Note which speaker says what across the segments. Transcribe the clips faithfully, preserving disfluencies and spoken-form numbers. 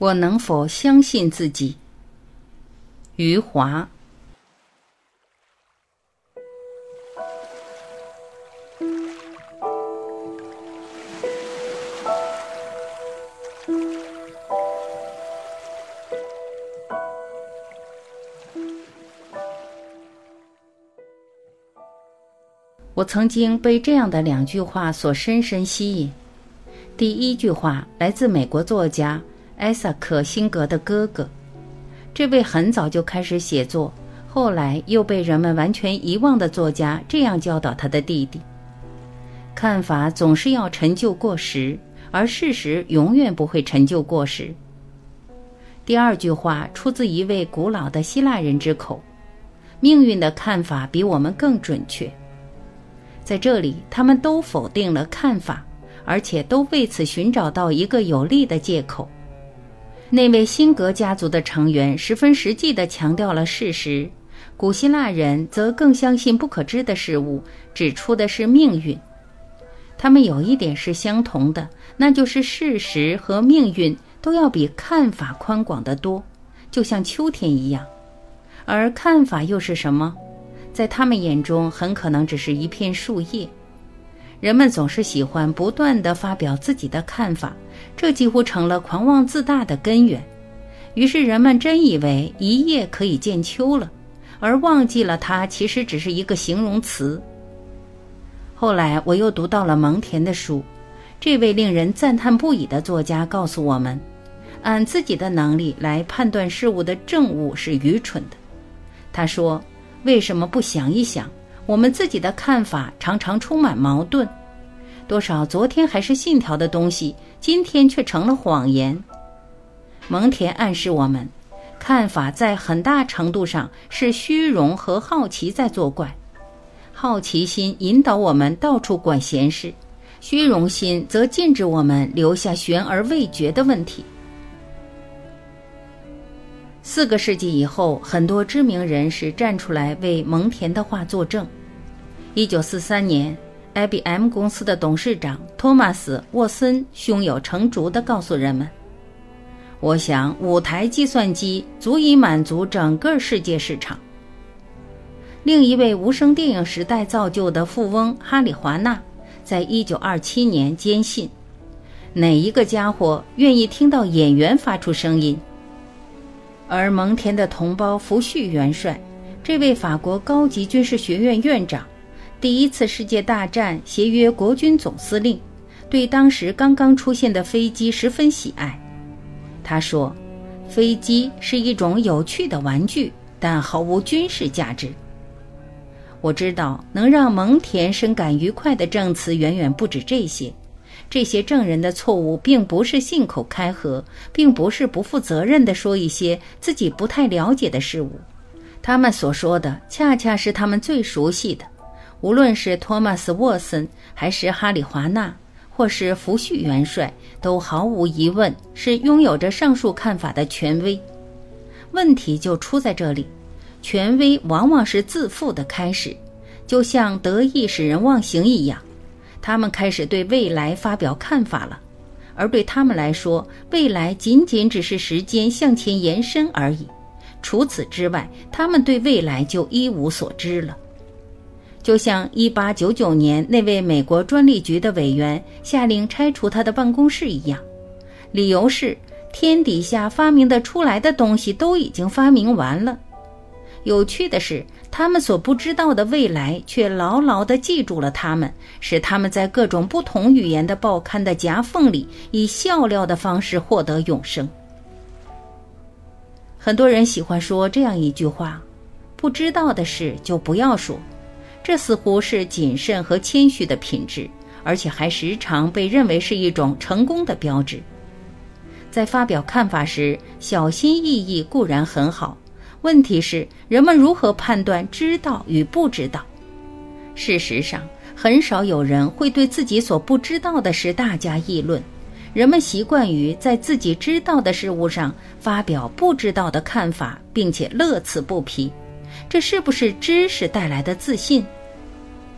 Speaker 1: 我能否相信自己？余华。我曾经被这样的两句话所深深吸引。第一句话来自美国作家艾萨克·辛格的哥哥，这位很早就开始写作，后来又被人们完全遗忘的作家这样教导他的弟弟：看法总是要陈旧过时，而事实永远不会陈旧过时。第二句话出自一位古老的希腊人之口：命运的看法比我们更准确。在这里，他们都否定了看法，而且都为此寻找到一个有力的借口。那位辛格家族的成员十分实际地强调了事实，古希腊人则更相信不可知的事物，指出的是命运。他们有一点是相同的，那就是事实和命运都要比看法宽广得多，就像秋天一样。而看法又是什么？在他们眼中很可能只是一片树叶。人们总是喜欢不断地发表自己的看法，这几乎成了狂妄自大的根源。于是人们真以为一叶可以见秋了，而忘记了它其实只是一个形容词。后来我又读到了蒙恬的书，这位令人赞叹不已的作家告诉我们，按自己的能力来判断事物的正误是愚蠢的。他说，为什么不想一想，我们自己的看法常常充满矛盾，多少昨天还是信条的东西，今天却成了谎言。蒙恬暗示我们，看法在很大程度上是虚荣和好奇在作怪。好奇心引导我们到处管闲事，虚荣心则禁止我们留下悬而未决的问题。四个世纪以后，很多知名人士站出来为蒙恬的话作证。一九四三年 I B M 公司的董事长托马斯·沃森胸有成竹地告诉人们，我想五台计算机足以满足整个世界市场。另一位无声电影时代造就的富翁哈里华纳在一九二七年坚信，哪一个家伙愿意听到演员发出声音？而蒙恬的同胞福煦元帅，这位法国高级军事学院院长，第一次世界大战协约国军总司令，对当时刚刚出现的飞机十分喜爱。他说，飞机是一种有趣的玩具，但毫无军事价值。我知道能让蒙恬深感愉快的证词远远不止这些。这些证人的错误并不是信口开河，并不是不负责任地说一些自己不太了解的事物，他们所说的恰恰是他们最熟悉的。无论是托马斯·沃森，还是哈里华纳，或是福煦元帅，都毫无疑问是拥有着上述看法的权威。问题就出在这里，权威往往是自负的开始，就像得意使人忘形一样。他们开始对未来发表看法了，而对他们来说，未来仅仅只是时间向前延伸而已。除此之外，他们对未来就一无所知了。就像一八九九年那位美国专利局的委员下令拆除他的办公室一样，理由是天底下发明得出来的东西都已经发明完了。有趣的是，他们所不知道的未来却牢牢地记住了他们，使他们在各种不同语言的报刊的夹缝里以笑料的方式获得永生。很多人喜欢说这样一句话，不知道的事就不要说，这似乎是谨慎和谦虚的品质，而且还时常被认为是一种成功的标志。在发表看法时，小心翼翼固然很好，问题是人们如何判断知道与不知道。事实上，很少有人会对自己所不知道的事大加议论，人们习惯于在自己知道的事物上发表不知道的看法，并且乐此不疲。这是不是知识带来的自信？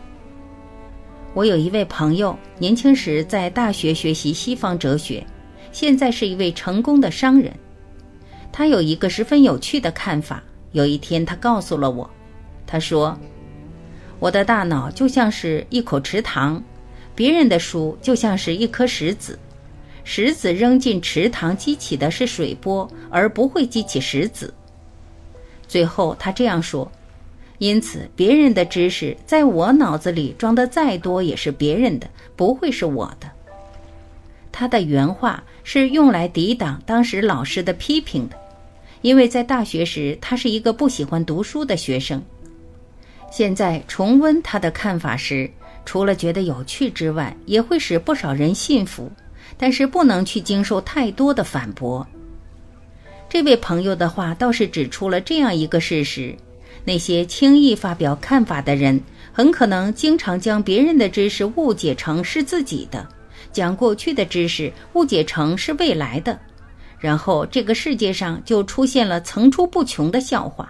Speaker 1: 我有一位朋友，年轻时在大学学习西方哲学， 现在是一位成功的商人。他有一个十分有趣的看法，有一天他告诉了我，他说，我的大脑就像是一口池塘，别人的书就像是一颗石子，石子扔进池塘激起的是水波，而不会激起石子。最后他这样说，因此别人的知识在我脑子里装得再多也是别人的，不会是我的。他的原话是用来抵挡当时老师的批评的，因为在大学时他是一个不喜欢读书的学生。现在重温他的看法时，除了觉得有趣之外，也会使不少人信服，但是不能去经受太多的反驳。这位朋友的话倒是指出了这样一个事实，那些轻易发表看法的人，很可能经常将别人的知识误解成是自己的，将过去的知识误解成是未来的，然后这个世界上就出现了层出不穷的笑话。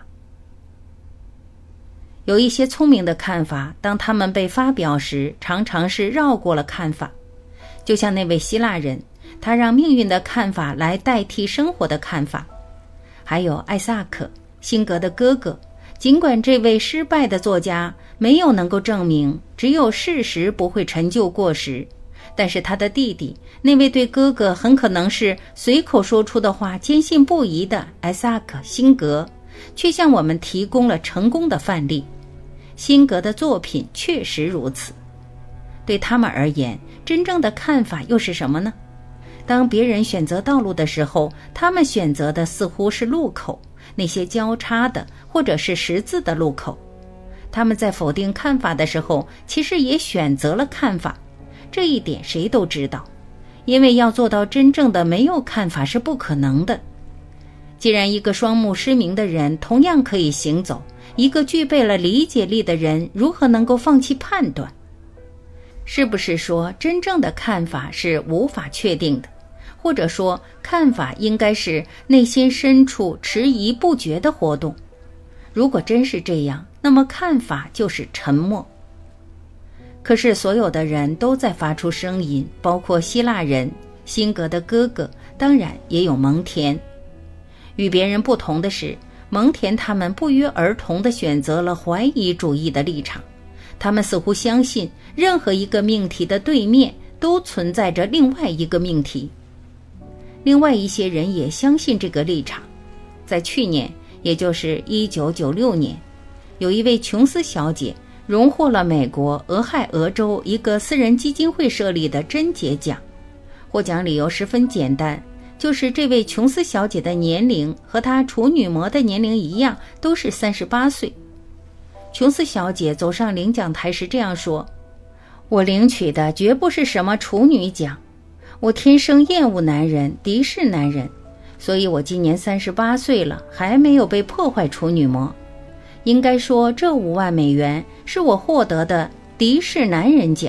Speaker 1: 有一些聪明的看法，当他们被发表时，常常是绕过了看法。就像那位希腊人，他让命运的看法来代替生活的看法。还有艾萨克，辛格的哥哥，尽管这位失败的作家没有能够证明只有事实不会陈旧过时，但是他的弟弟，那位对哥哥很可能是随口说出的话坚信不疑的艾萨克·辛格，却向我们提供了成功的范例。辛格的作品确实如此。对他们而言，真正的看法又是什么呢？当别人选择道路的时候，他们选择的似乎是路口，那些交叉的或者是十字的路口。他们在否定看法的时候，其实也选择了看法。这一点谁都知道，因为要做到真正的没有看法是不可能的。既然一个双目失明的人同样可以行走，一个具备了理解力的人如何能够放弃判断？是不是说真正的看法是无法确定的？或者说看法应该是内心深处迟疑不决的活动？如果真是这样，那么看法就是沉默。可是所有的人都在发出声音，包括希腊人、辛格的哥哥，当然也有蒙恬。与别人不同的是，蒙恬他们不约而同地选择了怀疑主义的立场。他们似乎相信任何一个命题的对面都存在着另外一个命题。另外一些人也相信这个立场。在去年，也就是一九九六年，有一位琼斯小姐荣获了美国俄亥俄州一个私人基金会设立的贞洁奖。获奖理由十分简单，就是这位琼斯小姐的年龄和她处女膜的年龄一样，都是三十八岁。琼斯小姐走上领奖台时这样说，我领取的绝不是什么处女奖，我天生厌恶男人，敌视男人，所以我今年三十八岁了，还没有被破坏处女膜。应该说这五万美元是我获得的敌视男人奖。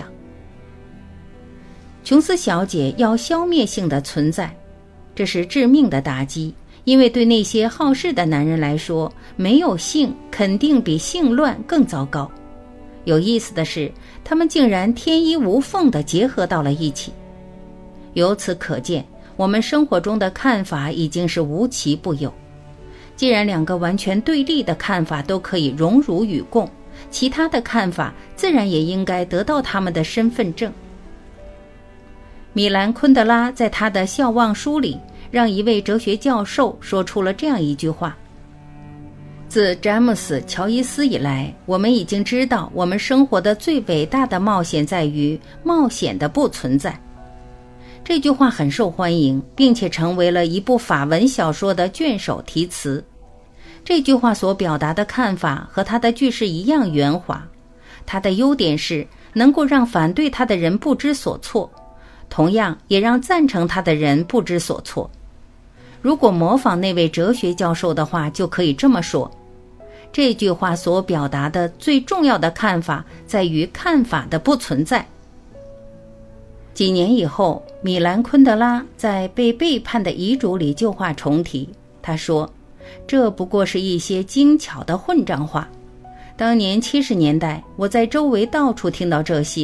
Speaker 1: 琼斯小姐要消灭性的存在，这是致命的打击，因为对那些好事的男人来说，没有性肯定比性乱更糟糕。有意思的是，他们竟然天衣无缝地结合到了一起。由此可见，我们生活中的看法已经是无奇不有。既然两个完全对立的看法都可以荣辱与共，其他的看法自然也应该得到他们的身份证。米兰昆德拉在他的笑忘书里，让一位哲学教授说出了这样一句话：自詹姆斯·乔伊斯以来，我们已经知道我们生活的最伟大的冒险在于冒险的不存在。这句话很受欢迎，并且成为了一部法文小说的卷首题词。这句话所表达的看法和他的句式一样圆滑，他的优点是能够让反对他的人不知所措，同样也让赞成他的人不知所措。如果模仿那位哲学教授的话，就可以这么说：这句话所表达的最重要的看法在于看法的不存在。几年以后，米兰昆德拉在被背叛的遗嘱里旧话重提，他说，这不过是一些精巧的混账话。当年七十年代，我在周围到处听到这些，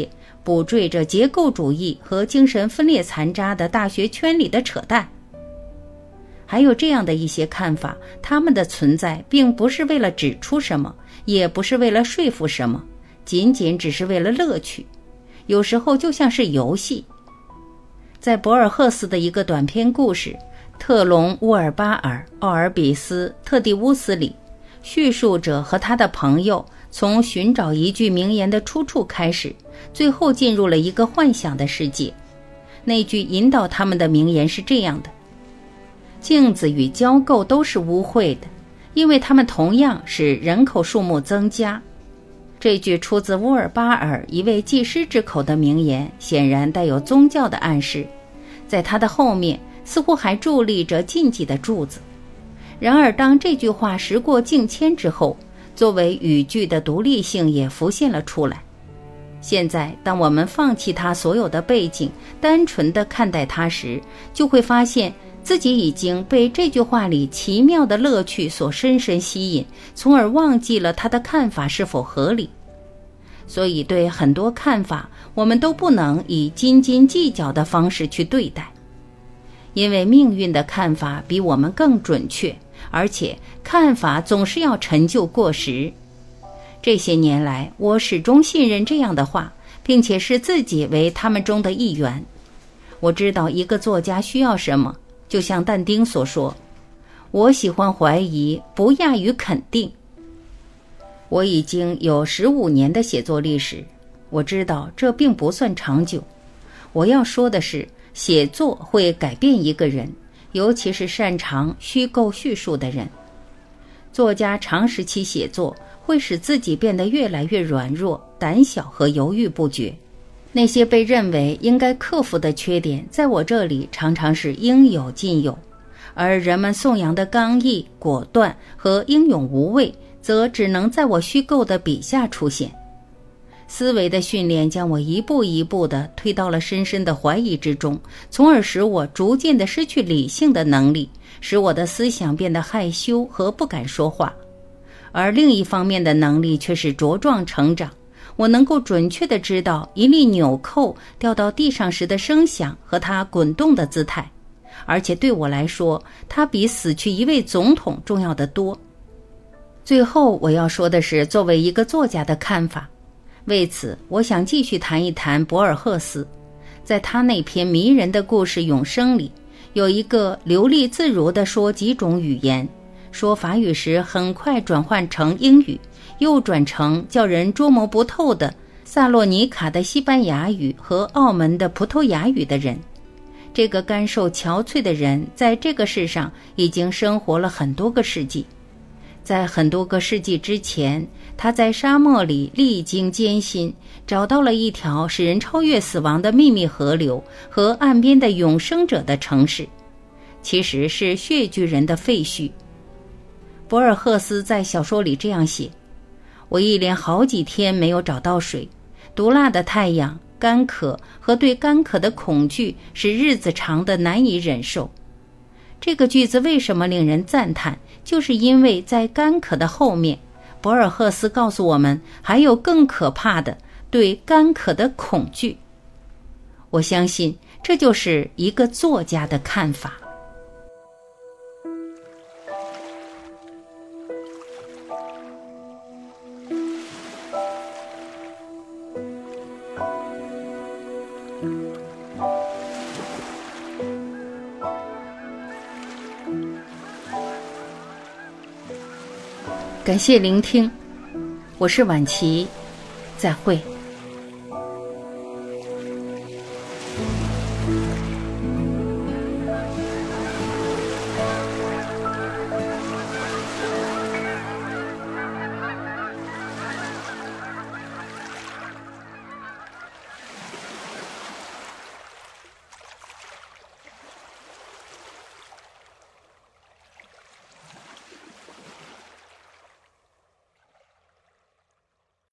Speaker 1: 补缀着结构主义和精神分裂残渣的大学圈里的扯淡。还有这样的一些看法，他们的存在并不是为了指出什么，也不是为了说服什么，仅仅只是为了乐趣，有时候就像是游戏。在博尔赫斯的一个短篇故事《特隆乌尔巴尔奥尔比斯特蒂乌斯》里，叙述者和他的朋友从寻找一句名言的出处开始，最后进入了一个幻想的世界。那句引导他们的名言是这样的：镜子与交媾都是污秽的，因为它们同样使人口数目增加。这句出自乌尔巴尔一位祭师之口的名言，显然带有宗教的暗示，在它的后面似乎还伫立着禁忌的柱子。然而当这句话时过境迁之后，作为语句的独立性也浮现了出来。现在当我们放弃它所有的背景，单纯地看待它时，就会发现自己已经被这句话里奇妙的乐趣所深深吸引，从而忘记了他的看法是否合理。所以对很多看法，我们都不能以斤斤计较的方式去对待，因为命运的看法比我们更准确，而且看法总是要陈旧过时。这些年来，我始终信任这样的话，并且视自己为他们中的一员。我知道一个作家需要什么，就像但丁所说，我喜欢怀疑，不亚于肯定。我已经有十五年的写作历史，我知道这并不算长久。我要说的是，写作会改变一个人，尤其是擅长虚构叙述的人。作家长时期写作会使自己变得越来越软弱、胆小和犹豫不决。那些被认为应该克服的缺点，在我这里常常是应有尽有，而人们颂扬的刚毅、果断和英勇无畏，则只能在我虚构的笔下出现。思维的训练将我一步一步地推到了深深的怀疑之中，从而使我逐渐地失去理性的能力，使我的思想变得害羞和不敢说话。而另一方面的能力却是茁壮成长，我能够准确地知道一粒纽扣掉到地上时的声响和它滚动的姿态，而且对我来说，它比死去一位总统重要得多。最后我要说的是作为一个作家的看法。为此，我想继续谈一谈博尔赫斯。在他那篇迷人的故事《永生》里，有一个流利自如地说几种语言，说法语时很快转换成英语，又转成叫人捉摸不透的萨洛尼卡的西班牙语和澳门的葡萄牙语的人。这个干瘦憔悴的人在这个世上已经生活了很多个世纪。在很多个世纪之前，他在沙漠里历经艰辛，找到了一条使人超越死亡的秘密河流和岸边的永生者的城市，其实是血巨人的废墟。博尔赫斯在小说里这样写：我一连好几天没有找到水，毒辣的太阳、干渴和对干渴的恐惧使日子长得难以忍受。这个句子为什么令人赞叹？就是因为在干渴的后面，博尔赫斯告诉我们还有更可怕的对干渴的恐惧。我相信这就是一个作家的看法。感谢聆听，我是婉琪，再会。